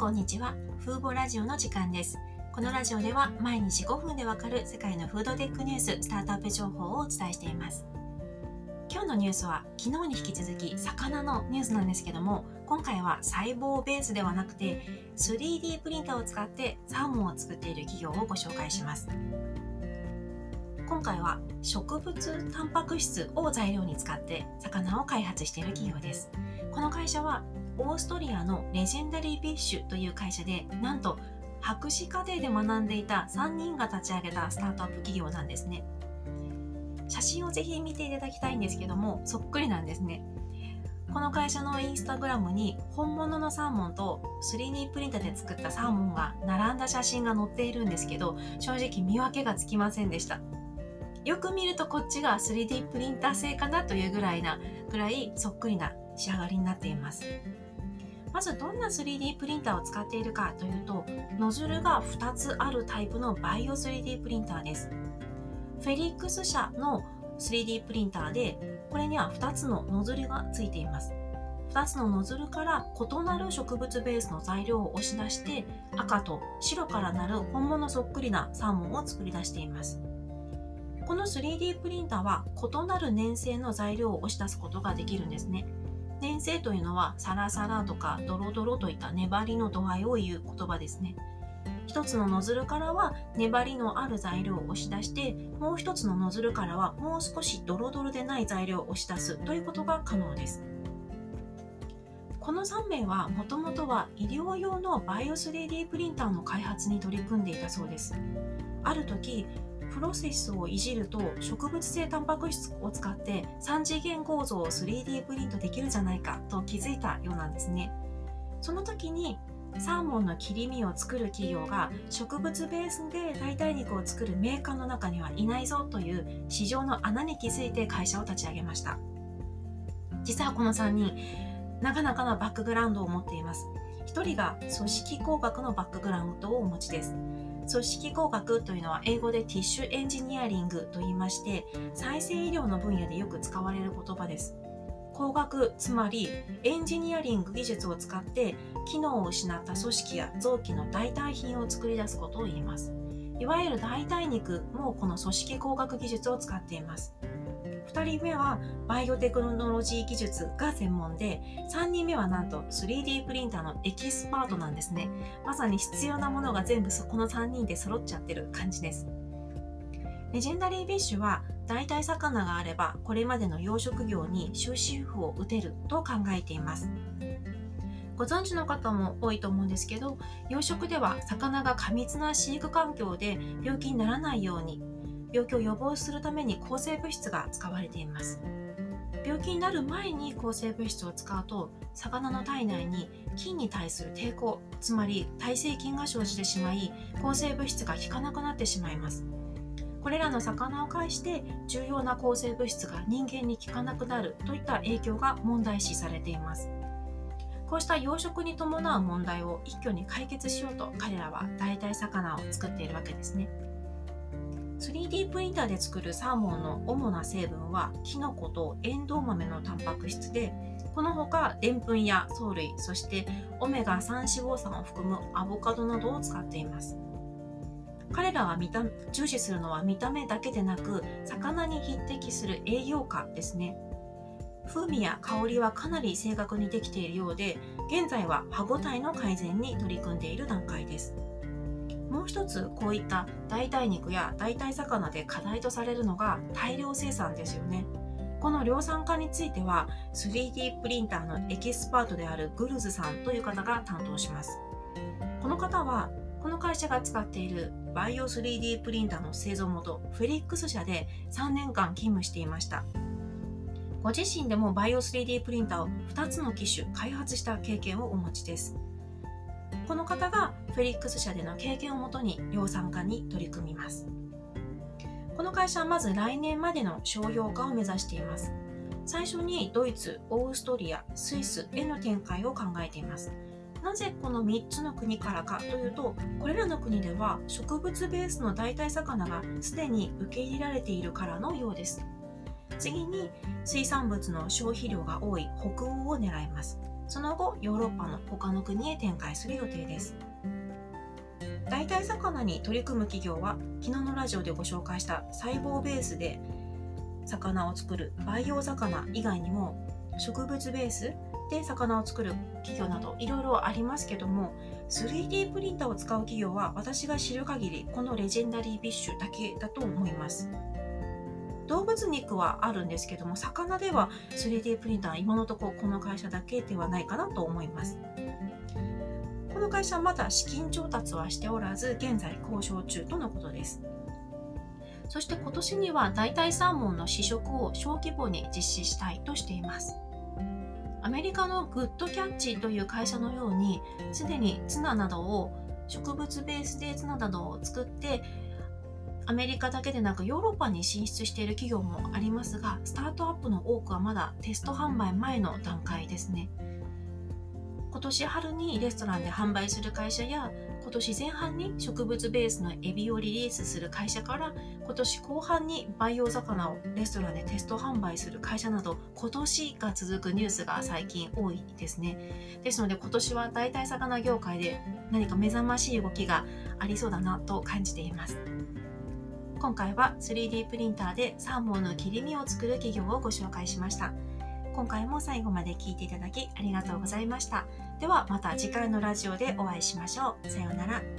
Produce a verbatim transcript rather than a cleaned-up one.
こんにちは。フーボラジオの時間です。このラジオでは毎日ごふんでわかる世界のフードテックニュース、スタートアップ情報をお伝えしています。今日のニュースは昨日に引き続き魚のニュースなんですけども、今回は細胞ベースではなくて スリーディー プリンターを使ってサーモンを作っている企業をご紹介します。今回は植物タンパク質を材料に使って魚を開発している企業です。この会社はオーストリアのレジェンダリーフィッシュという会社で、なんと博士課程で学んでいたさんにんが立ち上げたスタートアップ企業なんですね。写真をぜひ見ていただきたいんですけども、そっくりなんですね。この会社のインスタグラムに本物のサーモンと スリーディー プリンターで作ったサーモンが並んだ写真が載っているんですけど、正直見分けがつきませんでした。よく見るとこっちが スリーディー プリンター製かなというぐらいなぐらいそっくりな仕上がりになっています。まずどんな スリーディー プリンターを使っているかというと、ノズルがふたつあるタイプのバイオ スリーディー プリンターです。フェリックス社の スリーディー プリンターで、これにはふたつのノズルがついています。ふたつのノズルから異なる植物ベースの材料を押し出して、赤と白からなる本物そっくりなサーモンを作り出しています。この スリーディー プリンターは異なる粘性の材料を押し出すことができるんですね。粘性というのはサラサラとかドロドロといった粘りの度合いを言う言葉ですね。一つのノズルからは粘りのある材料を押し出して、もう一つのノズルからはもう少しドロドロでない材料を押し出すということが可能です。このさんめいはもともとは医療用のバイオ スリーディー プリンターの開発に取り組んでいたそうです。ある時プロセスをいじると植物性タンパク質を使ってさん次元構造を スリーディー プリントできるじゃないかと気づいたようなんですね。その時にサーモンの切り身を作る企業が植物ベースで代替肉を作るメーカーの中にはいないぞという市場の穴に気づいて会社を立ち上げました。実はこのさんにんなかなかなバックグラウンドを持っています。ひとりが組織工学のバックグラウンドをお持ちです。組織工学というのは英語でティッシュエンジニアリングと言いまして、再生医療の分野でよく使われる言葉です。工学、つまりエンジニアリング技術を使って機能を失った組織や臓器の代替品を作り出すことを言います。いわゆる代替肉もこの組織工学技術を使っています。ふたりめはバイオテクノロジー技術が専門で、さんにんめはなんと スリーディー プリンターのエキスパートなんですね。まさに必要なものが全部このさんにんで揃っちゃってる感じです。レジェンダリーフィッシュは代替魚があればこれまでの養殖業に終止符を打てると考えています。ご存知の方も多いと思うんですけど、養殖では魚が過密な飼育環境で病気にならないように、病気を予防するために抗生物質が使われています。病気になる前に抗生物質を使うと、魚の体内に菌に対する抵抗、つまり耐性菌が生じてしまい、抗生物質が効かなくなってしまいます。これらの魚を介して重要な抗生物質が人間に効かなくなるといった影響が問題視されています。こうした養殖に伴う問題を一挙に解決しようと彼らは代替魚を作っているわけですね。スリーディー プリンターで作るサーモンの主な成分はキノコとエンドウ豆のタンパク質で、このほかでんぷんや藻類、そしてオメガさん脂肪酸を含むアボカドなどを使っています。彼らが見た重視するのは見た目だけでなく、魚に匹敵する栄養価ですね。風味や香りはかなり正確にできているようで、現在は歯ごたえの改善に取り組んでいる段階です。もう一つ、こういった代替肉や代替魚で課題とされるのが大量生産ですよね。この量産化については スリーディー プリンターのエキスパートであるグルズさんという方が担当します。この方はこの会社が使っているバイオ スリーディー プリンターの製造元フェリックス社でさんねんかん勤務していました。ご自身でもバイオ スリーディー プリンターをふたつの機種開発した経験をお持ちです。この方がフェリックス社での経験をもとに量産化に取り組みます。この会社はまず来年までの商用化を目指しています。最初にドイツ、オーストリア、スイスへの展開を考えています。なぜこのみっつの国からかというと、これらの国では植物ベースの代替魚がすでに受け入れられているからのようです。 次に水産物の消費量が多い北欧を狙います。その後ヨーロッパの他の国へ展開する予定です。代替魚に取り組む企業は昨日のラジオでご紹介した細胞ベースで魚を作る培養魚以外にも植物ベースで魚を作る企業などいろいろありますけども、 スリーディー プリンターを使う企業は私が知る限りこのレジェンダリービッシュだけだと思います。動物肉はあるんですけども、魚では スリーディー プリンターは今のところこの会社だけではないかなと思います。この会社はまだ資金調達はしておらず、現在交渉中とのことです。そして今年には代替サーモンの試食を小規模に実施したいとしています。アメリカのグッドキャッチという会社のように、すでにツナなどを植物ベースでツナなどを作ってアメリカだけでなくヨーロッパに進出している企業もありますが、スタートアップの多くはまだテスト販売前の段階ですね。今年春にレストランで販売する会社や、今年前半に植物ベースのエビをリリースする会社から、今年後半に培養魚をレストランでテスト販売する会社など、今年が続くニュースが最近多いですね。ですので今年は代替魚業界で何か目覚ましい動きがありそうだなと感じています。今回は スリーディー プリンターでサーモンの切り身を作る企業をご紹介しました。今回も最後まで聞いていただきありがとうございました。ではまた次回のラジオでお会いしましょう。さようなら。